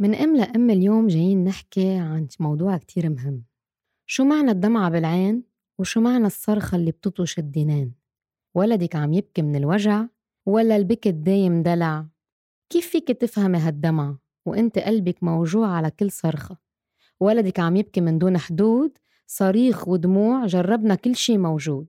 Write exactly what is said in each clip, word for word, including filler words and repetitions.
من أم لأم اليوم جايين نحكي عن موضوع كتير مهم. شو معنى الدمعة بالعين؟ وشو معنى الصرخة اللي بتطوش الدينين؟ ولدك عم يبكي من الوجع ولا البكي الدايم دلع؟ كيف فيك تفهمي هالدمعة وانت قلبك موجوع على كل صرخة؟ ولدك عم يبكي من دون حدود، صريخ ودموع، جربنا كل شي موجود.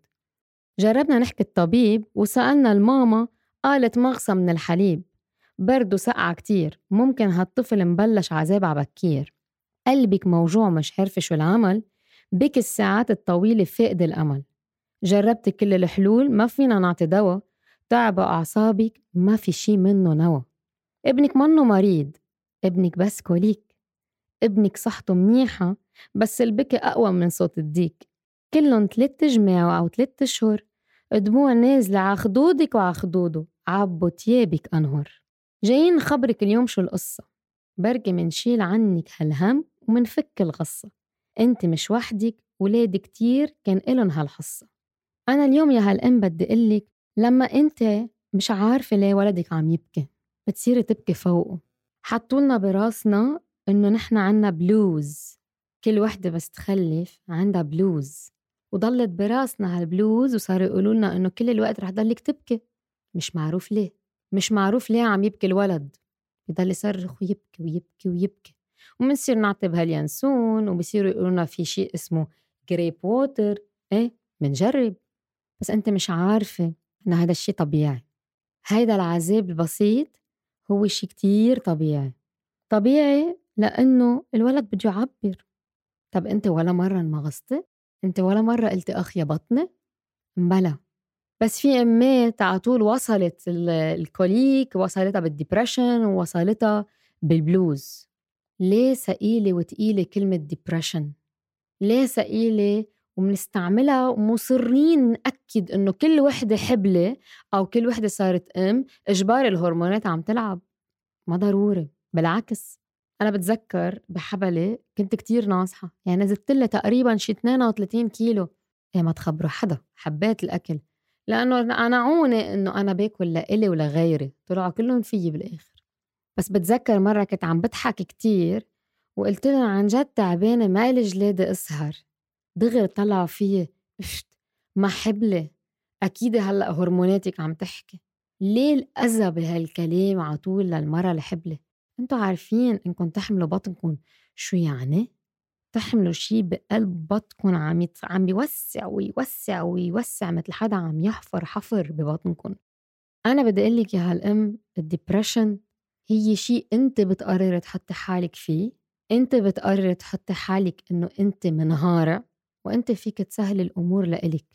جربنا نحكي الطبيب وسألنا الماما، قالت مغصى من الحليب. برد وسقعة كتير، ممكن هالطفل مبلش عذاب عبكير. قلبك موجوع مش عارفة شو العمل، بك الساعات الطويلة فقد الأمل. جربت كل الحلول ما فينا نعطي دوا، تعب أعصابك ما في شي منه نوا. ابنك منه مريض، ابنك بس كوليك. ابنك صحته منيحة بس البكي أقوى من صوت الديك. كلن تلت جماع أو تلت أشهر، دموع نازلة عخدودك وعخدوده، عبو تيابك أنهر. جايين نخبرك اليوم شو القصة، بركي منشيل عنك هالهم ومنفك الغصة. انت مش وحدك، ولاد كتير كان إلن هالحصة. أنا اليوم يا هالأم بدي قلك، لما انت مش عارفة ليه ولدك عم يبكي بتصيري تبكي فوقه. حطولنا براسنا إنه نحنا عنا بلوز، كل وحدة بس تخلف عندها بلوز، وضلت براسنا هالبلوز وصاروا يقولوا لنا إنه كل الوقت رح ضلك تبكي. مش معروف ليه، مش معروف ليه عم يبكي الولد، بضل يصرخ ويبكي ويبكي ويبكي. ومنصير نعطي بهاليانسون وبصيروا يقولونا في شيء اسمه جريب ووتر. ايه منجرب، بس انت مش عارفة إن هذا الشيء طبيعي. هيدا العذاب البسيط هو شيء كتير طبيعي. طبيعي لأنه الولد بده يعبر. طب أنت ولا مرة انمغصتي؟ أنت ولا مرة قلتي أخ يا بطني؟ مبلا. بس في أمات عطول وصلت الكوليك، وصلتها بالديبريشن، ووصلتها بالبلوز. ليه ثقيلة وتقيلة كلمة ديبريشن؟ ليه ثقيلة ومنستعملها ومصرين نأكد إنه كل وحدة حبلة أو كل وحدة صارت أم إجبار الهرمونات عم تلعب؟ ما ضروري، بالعكس. أنا بتذكر بحبلة كنت كتير ناصحة، يعني نزلت لي تقريباً شي اثنين وثلاثين كيلو. إيه ما تخبروا حدا، حبيت الأكل لأنه أنا عوني إنه أنا باكل لإلي ولغيري، طلعوا كلهم فيي بالآخر. بس بتذكر مرة كنت عم بضحك كتير وقلت لهم عن جد تعبانة ما إلي جلادة أسهر. دغري طلعوا فيي اشت ما حبلة، أكيد هلأ هرموناتك عم تحكي. ليه الأذى بهالكلام عطول للمرة الحبلة؟ انتوا عارفين انكم تحملوا بطنكم شو يعني؟ تحملوا شي بقلب بطنكم عم يت... عم بيوسع ويوسع ويوسع مثل حدا عم يحفر حفر ببطنكم. أنا بدي أقلك يا هالأم، الديبريشن هي شي أنت بتقرر تحطي حالك فيه. أنت بتقرر تحطي حالك إنه أنت منهارة، وأنت فيك تسهل الأمور لإلك.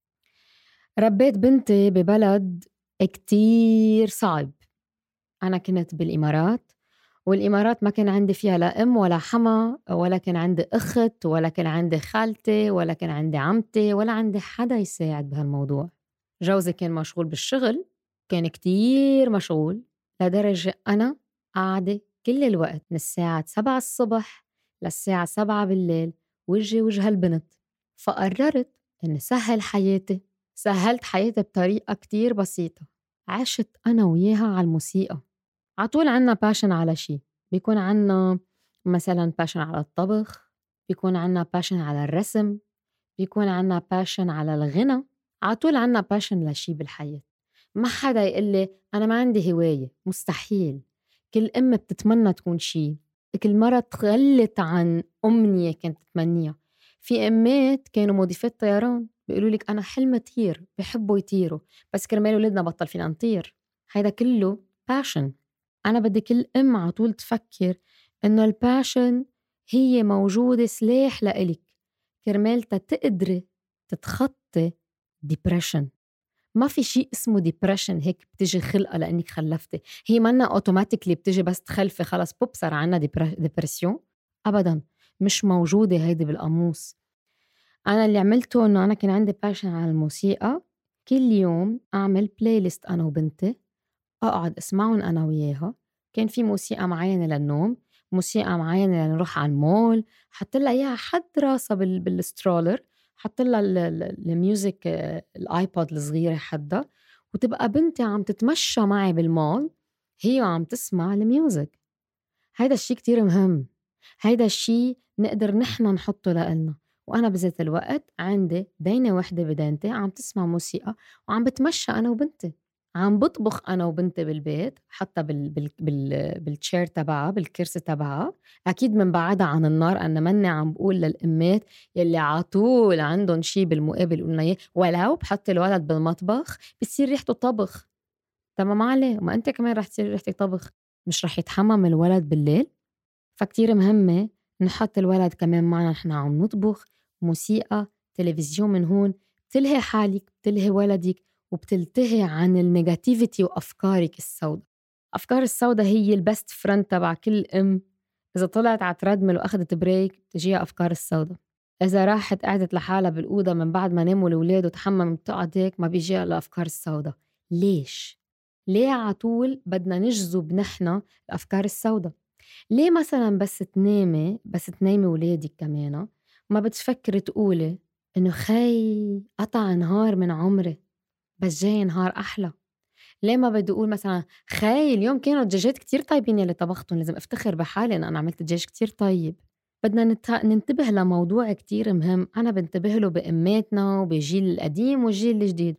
ربيت بنتي ببلد كتير صعب. أنا كنت بالإمارات، والإمارات ما كان عندي فيها لا أم ولا حما، ولا كان عندي أخت، ولا كان عندي خالتي، ولا كان عندي عمتي، ولا عندي حدا يساعد بهالموضوع. جوزي كان مشغول بالشغل، كان كتير مشغول لدرجة أنا قاعدة كل الوقت من الساعة سبعة الصبح للساعة سبعة بالليل وجهي وجه البنت. فقررت إني سهل حياتي. سهلت حياتي بطريقة كتير بسيطة، عشت أنا وياها على الموسيقى. عطول عنا باشن على شي، بيكون عنا مثلا باشن على الطبخ، بيكون عنا باشن على الرسم، بيكون عنا باشن على الغنى. عطول عنا باشن لشي بالحياة. ما حدا يقلي أنا ما عندي هواية، مستحيل. كل أم بتتمنى تكون شي، كل مرة تغلت عن أمنية كانت تتمنيها. في أمات كانوا مضيفات طيران بيقولوا لك أنا حلم طير، بحبوا يطيروا، بس كرمال ولدنا بطل فينا نطير. هيدا كله باشن. أنا بدي كل أم عطول تفكر إنه الباشن هي موجودة سلاح لإلك كرمال تقدري تتخطي ديبريشن. ما في شيء اسمه ديبريشن هيك بتجي خلقة لأنك خلفتي، هي منا أوتوماتيكلي بتجي بس تخلفي خلاص بوب صار عنا ديبريسيون. أبدا، مش موجودة هيدي بالقاموس. أنا اللي عملته إنه أنا كان عندي باشن على الموسيقى، كل يوم أعمل بلاي ليست أنا وبنتي، أقعد أسمعهم أنا وياها. كان في موسيقى معينة للنوم، موسيقى معينة لنروح على المول، حط لها إياها حد راسها بال بالسترولر، حط لها الميوزك الآيبود الصغيرة حدا، وتبقى بنتي عم تتمشى معي بالمول هي عم تسمع الميوزك. هيدا الشي كتير مهم. هيدا الشي نقدر نحن نحطه لإلنا. وأنا بذات الوقت عندي دينة وحدة بدينتي عم تسمع موسيقى وعم بتمشى أنا وبنتي، عم بطبخ أنا وبنتي بالبيت حتى بال بال بال بالتشير تبعها بالكرسي تبعها، أكيد من بعدها عن النار. أنا مني عم بقول للأمات يلي عطول عندهم شي بالمقابل يقولنا إياه ولو بحط الولد بالمطبخ بتصير ريحته طبخ. تمام عليه، ما أنت كمان رح تصير ريحتك طبخ، مش رح يتحمم الولد بالليل؟ فكتير مهمة نحط الولد كمان معنا نحنا عم نطبخ. موسيقى تلفزيون من هون بتلهي حالك بتلهي ولدك وبتلتهي عن النيجاتيفيتي وأفكارك السوداء. أفكار السوداء هي البست فرند تبع كل أم. إذا طلعت على ترادمل وأخذت بريك بتجيها أفكار السوداء. إذا راحت قعدت لحالها بالأوضة من بعد ما ناموا الولاد وتحمم بتقعد هيك ما بيجيها الأفكار السوداء. ليش؟ ليه عطول بدنا نجذب نحنا الأفكار السوداء؟ ليه مثلا بس تنامي بس تنامي ولادك كمان ما بتفكري تقولي إنه خي قطع نهار من عمري بس جاي نهار أحلى؟ ليه ما بدي أقول مثلا خي اليوم كانوا الدجاجات كتير طيبين اللي طبختهم، لازم أفتخر بحالي إن أنا عملت دجاج كتير طيب. بدنا نت... ننتبه لموضوع كتير مهم أنا بنتبه له بأماتنا وبجيل القديم والجيل الجديد.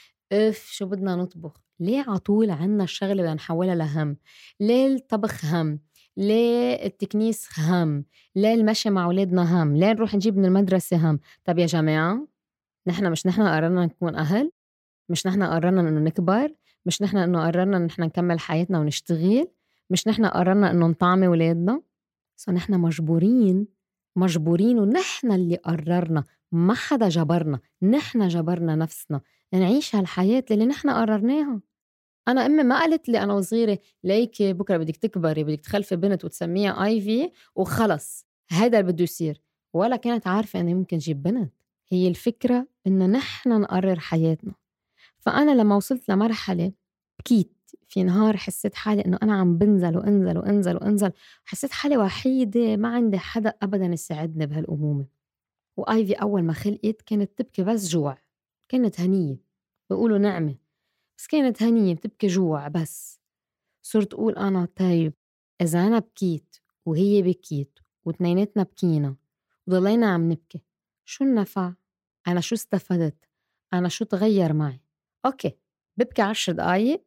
اف شو بدنا نطبخ؟ ليه عطول عنا الشغلة بدنا نحولها لهم؟ ليه الطبخ هم؟ ليه التكنيس هم؟ ليه المشي مع أولادنا هم؟ ليه نروح نجيب من المدرسة هم؟ طب يا جماعة نحن مش نحن قررنا نكون أهل؟ مش نحن قررنا إنه نكبر؟ مش نحن إنه قررنا إن نحن نكمل حياتنا ونشتغل؟ مش نحن قررنا إنه نطعمي ولادنا؟ سو نحن مجبورين مجبورين ونحن اللي قررنا، ما حدا جبرنا، نحن جبرنا نفسنا نعيش هالحياة اللي نحن قررناها. أنا أمي ما قالت لي أنا وصغيرة ليكي بكرة بدك تكبري بدك تخلفي بنت وتسميها آيفي وخلص هيدا اللي بده يصير، ولا كانت عارفة أني ممكن جيب بنت. هي الفكرة إنه نحن نقرر حياتنا. فأنا لما وصلت لمرحلة بكيت في نهار حسيت حالي إنه أنا عم بنزل وأنزل وأنزل وأنزل، حسيت حالي وحيدة ما عندي حدا أبدا يساعدني بهالأمومة. وآيفي أول ما خلقت كانت تبكي بس جوع، كانت هنية بيقولوا نعمة بس كانت هنية بتبكي جوع بس. صرت أقول أنا طيب إذا أنا بكيت وهي بكيت واتنيناتنا بكينا وضلينا عم نبكي شو النفع؟ أنا شو استفدت؟ أنا شو تغير معي؟ أوكي ببكي عشر دقايق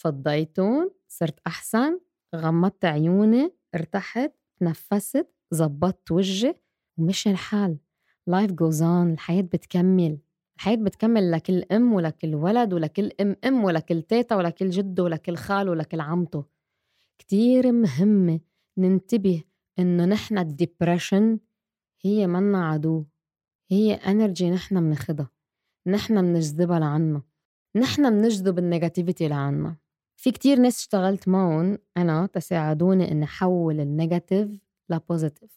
فضيتون صرت أحسن، غمضت عيوني ارتحت تنفست زبطت وجهي ومشي الحال. life goes on. الحياة بتكمل. الحياة بتكمل لكل أم ولكل ولد ولكل أم أم ولكل تيتا ولكل جد ولكل خال ولكل عمته. كتير مهمة ننتبه إنه نحن الديبريشن هي منا عدو، هي انرجي نحن مناخدها، نحن منجذبها لعنا، نحن منجذب النيجاتيفيتي لعنا. في كتير ناس اشتغلت معهم أنا تساعدوني إني حول النيجاتيف لبوزيتيف.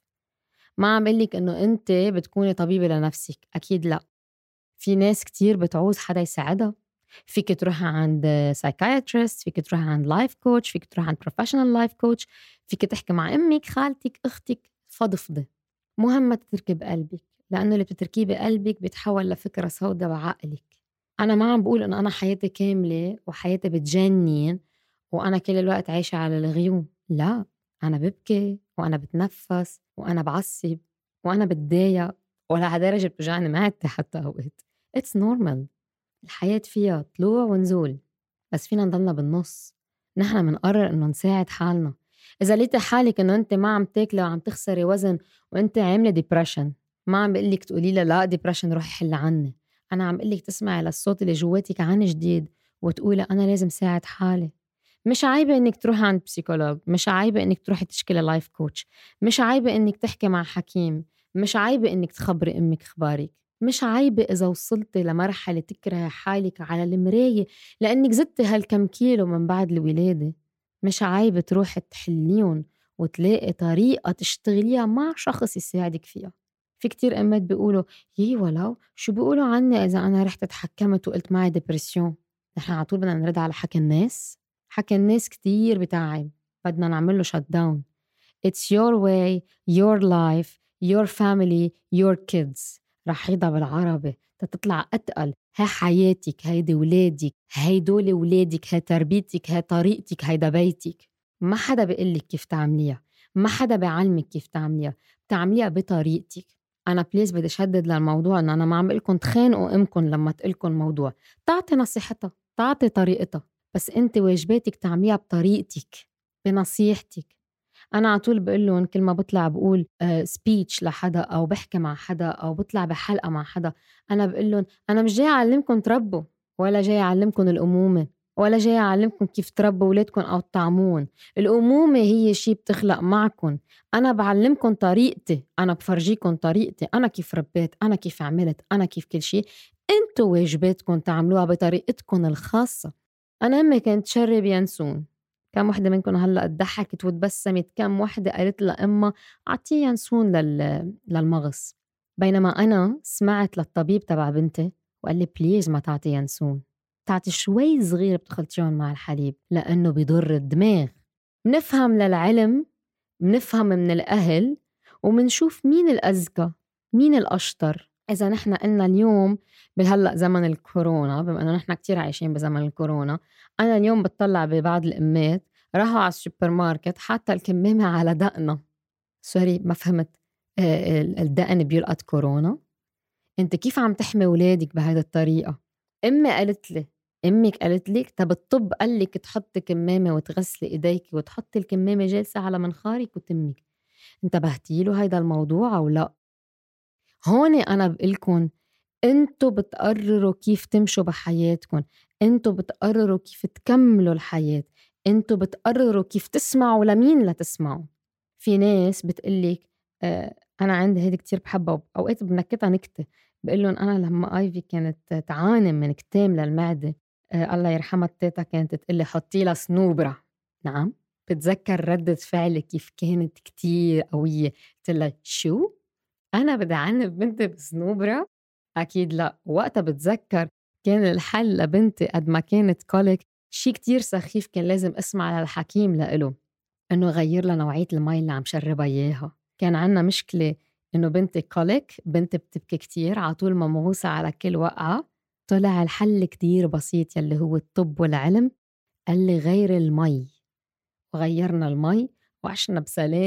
ما عم قلك إنه أنت بتكوني طبيبة لنفسك، أكيد لا. في ناس كتير بتعوز حدا يساعدها. فيك تروح عند سايكايترست، فيك تروح عند لايف كوتش، فيك تروح عند بروفيشنال لايف كوتش، فيك تحكي مع أمك خالتك أختك فضفضة. مهم تتركي بقلبك لأنه اللي بتتركيه بقلبك بيتحول لفكرة سوداء بعقلك. أنا ما عم بقول إنه أنا حياتي كاملة وحياتي بتجنن وأنا كل الوقت عايشة على الغيوم، لا. أنا ببكي وأنا بتنفس وأنا بعصب وأنا بتضايق ولهالدرجة بتوجعني معدتي حتى أوقات. It's normal. الحياة فيها طلوع ونزول بس فينا نضلنا بالنص. نحن منقرر إنه نساعد حالنا. إذا لقيتي حالك إنه أنت ما عم تاكلي وعم تخسري وزن وأنت عاملة ديبريشن، ما عم بقلك تقولي لا لا ديبريشن روحي حل عني. أنا عم بقلك تسمعي للصوت اللي جواتك عن جديد وتقولي أنا لازم ساعد حالي. مش عيبة إنك تروحي عند بسيكولوج، مش عيبة إنك تروحي تشكي لايف كوتش، مش عيبة إنك تحكي مع حكيم، مش عيبة إنك تخبري أمك أخبارك، مش عيبة إذا وصلتي لمرحلة تكره حالك على المراية لأنك زدتي هالكم كيلو من بعد الولادة. مش عيبة تروحي تحليهم وتلاقي طريقة تشتغليها مع شخص يساعدك فيها. في كتير أمات بيقولوا يي ولو شو بيقولوا عني إذا أنا رحت اتحكمت وقلت معي ديبرسيون. نحن على طول بدنا نرد على حكي الناس. حكي الناس كتير بتاعب، بدنا نعمله شت داون. It's your way, your life, your family, your kids. رح يضع بالعربي تطلع أتقل. هاي حياتك، هيدي ولادك، هيدول ولادك، هاي تربيتك، هاي طريقتك، هيدا بيتك. ما حدا بيقلك كيف تعمليها، ما حدا بيعلمك كيف تعمليها، بتعمليها بطريقتك. أنا بليز بدي شدد للموضوع إنه أنا ما عم بقلكن تخانقوا أمكن لما تقلكن موضوع، تعطي نصيحتها، تعطي طريقتها، بس أنت واجباتك تعمليها بطريقتك بنصيحتك. أنا على طول بقول لهم كل ما بطلع بقول سبيتش لحدا أو بحكي مع حدا أو بطلع بحلقة مع حدا، أنا بقول لهم أنا مش جاي أعلمكم تربوا، ولا جاي أعلمكم الأمومة، ولا جاي أعلمكم كيف تربوا ولادكم أو تطعمون. الأمومة هي شي بتخلق معكم، أنا بعلمكم طريقتي، أنا بفرجيكم طريقتي، أنا كيف ربيت، أنا كيف عملت، أنا كيف كل شي. أنتوا واجباتكم تعملوها بطريقتكم الخاصة. أنا أمي كانت تشرب ينسون، كم وحدة منكم هلأ اتضحكت وتبسمت؟ كم وحدة قالت لأمها أعطيه ينسون لل... للمغص؟ بينما أنا سمعت للطبيب تبع بنتي وقال لي بليز ما تعطي ينسون، تعطي شوي صغير بتخلطيهم مع الحليب لأنه بيضر الدماغ. منفهم للعلم، منفهم من الأهل، ومنشوف مين الأذكى مين الأشطر. إذا نحن قلنا اليوم بهلأ زمن الكورونا، بما أنه نحن كتير عايشين بزمن الكورونا، أنا اليوم بتطلع ببعض الأمات راحوا على السوبر ماركت حتى الكمامة على دقنا. سوري ما فهمت، الدقن بيلقط كورونا؟ انت كيف عم تحمي ولادك بهذه الطريقة؟ امي قالت لي، امك قالت لك، طب الطب قال لك تحطي كمامة وتغسلي ايديك وتحطي الكمامة جالسة على منخارك وتمك، انتبهتي له هيدا الموضوع او لا؟ هون انا بقلكن انتوا بتقرروا كيف تمشوا بحياتكم، انتوا بتقرروا كيف تكملوا الحياة، انتوا بتقرروا كيف تسمعوا لمين لا تسمعوا. في ناس بتقلك آه انا عندي هيدي كتير بحبها، اوقات بنكتها نكتة، بقلن انا لما ايفي كانت تعاني من كتام للمعدة، آه الله يرحمها التيتا كانت تقلي حطي لها سنوبرة. نعم، بتذكر ردة فعلي كيف كانت كتير قوية، قلت لها شو؟ أنا بدي أعنف بنتي بسنوبرة؟ أكيد لا. وقتها بتذكر كان الحل لبنتي قد ما كانت كوليك شي كتير سخيف، كان لازم اسمع للحكيم لإله إنه غير لها نوعية المي اللي عم شربها إياها. كان عنا مشكلة إنه بنتي كوليك، بنتي بتبكي كتير على طول ممغوصة على كل وقعة. طلع الحل كتير بسيط يلي هو الطب والعلم، قال لي غير المي، وغيرنا المي وعشنا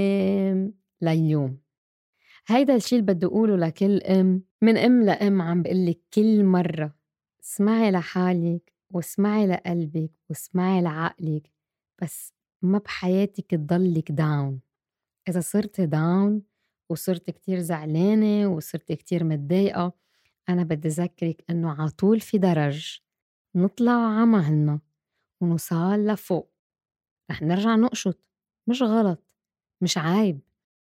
بسلام لليوم. هيدا الشي اللي بدي أقوله لكل أم، من أم لأم عم بقلك كل مرة اسمعي لحالك واسمعي لقلبك واسمعي لعقلك، بس ما بحياتك تضلك داون. إذا صرت داون وصرت كتير زعلانة وصرت كتير متضايقة، أنا بدي ذكرك إنه عطول في درج نطلع عمهلنا ونوصل لفوق، رح نرجع نقشط، مش غلط، مش عيب،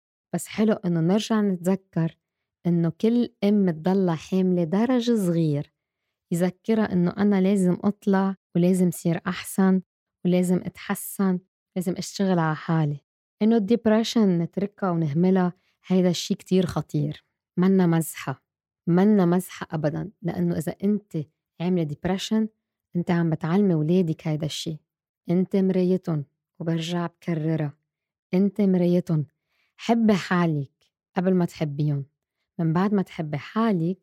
بس حلو إنه نرجع نتذكر إنه كل أم تضلها حاملة درج صغير يذكرها إنه أنا لازم أطلع ولازم صير أحسن ولازم أتحسن، لازم أشتغل على حالي. إنه الديبريشن نتركها ونهملها، هيدا الشي كتير خطير، منا مزحة، منا مزحة أبدا، لأنه إذا أنت عاملة ديبريشن أنت عم بتعلمي ولادك هيدا الشي. أنت مرايتن، وبرجع بكررها، أنت مرايتن. حبي حالك قبل ما تحبيهم، من بعد ما تحبي حالك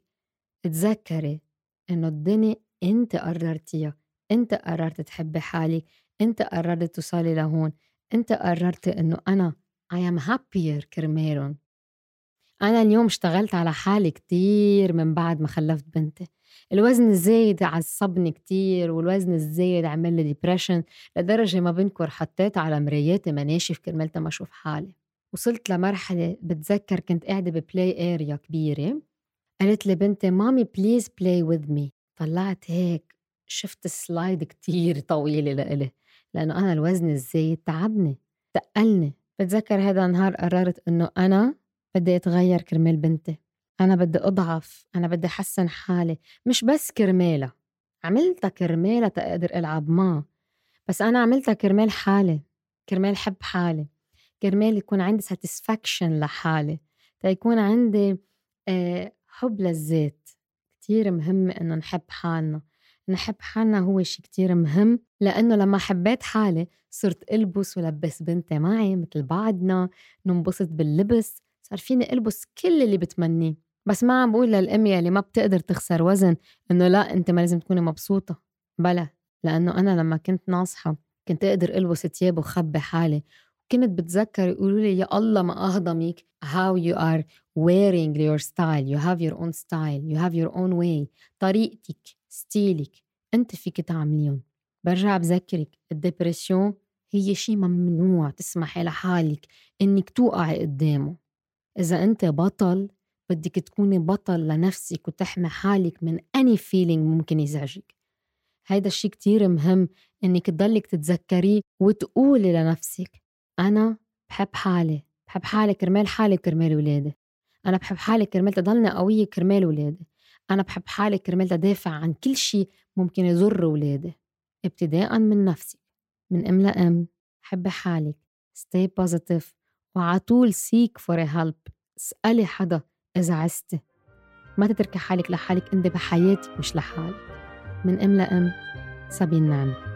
تذكري إنه الدنيا أنت قررتيها، أنت قررت تحبي حالك، أنت قررت توصلي لهون، أنت قررت إنه أنا I am happier كرمالهم. أنا اليوم اشتغلت على حالي كتير من بعد ما خلفت بنتي، الوزن الزايد عصبني كتير، والوزن الزايد عمل لي ديبريشن لدرجة ما بنكر حطيت على مراياتي مناشف كرمالتا ما أشوف حالي. وصلت لمرحلة بتذكر كنت قاعدة ببلاي اريا كبيرة، قالت لي بنتي مامي بليز بلاي وذ مي، طلعت هيك شفت سلايد كتير طويلة لإلي، لأنه أنا الوزن الزايد تعبني تقلني. بتذكر هذا النهار قررت إنه أنا بدي أتغير كرمال بنتي، أنا بدي أضعف، أنا بدي أحسن حالي، مش بس كرمالها، عملتها كرمالها تقدر ألعب معها، بس أنا عملتها كرمال حالي، كرمال حب حالي، كرمال يكون عندي ساتسفاكشن لحالي، تيكون عندي آه حب للذات. كتير مهم إنه نحب حالنا، نحب حالنا هو شي كتير مهم، لأنه لما حبيت حالي صرت ألبس ولبس بنتي معي مثل بعضنا، ننبسط باللبس، صار فيني ألبس كل اللي بتمنيه. بس ما عم بقول للأم اللي ما بتقدر تخسر وزن إنه لا أنت ما لازم تكوني مبسوطة، بلا، لأنه أنا لما كنت ناصحة كنت أقدر ألبس تياب وخبي حالي، كنت بتذكر يقولوا لي يا الله ما أهضمك how you are wearing your style, you have your own style, you have your own way. طريقتك، ستيلك، أنت فيك تعمليهم. برجع بذكرك الدبرسيون هي شي ممنوع تسمحي لحالك إنك توقعي قدامه. إذا أنت بطل بدك تكوني بطل لنفسك وتحمي حالك من any feeling ممكن يزعجك. هيدا الشي كتير مهم إنك تضلك تتذكريه وتقولي لنفسك أنا بحب حالي، بحب حالي كرمال حالي كرمال ولادي. أنا بحب حالي كرمال تضلني قوية كرمال ولادي. أنا بحب حالي كرمال تدافع عن كل شي ممكن يضر ولادي. ابتداءً من نفسك، من أم لأم. حبي حالك، stay positive، وعطول seek for a help. اسألي حدا إذا عزتي. ما تتركي حالك لحالك، أنت بحياتك مش لحالك. من أم لأم، سابين نعمة.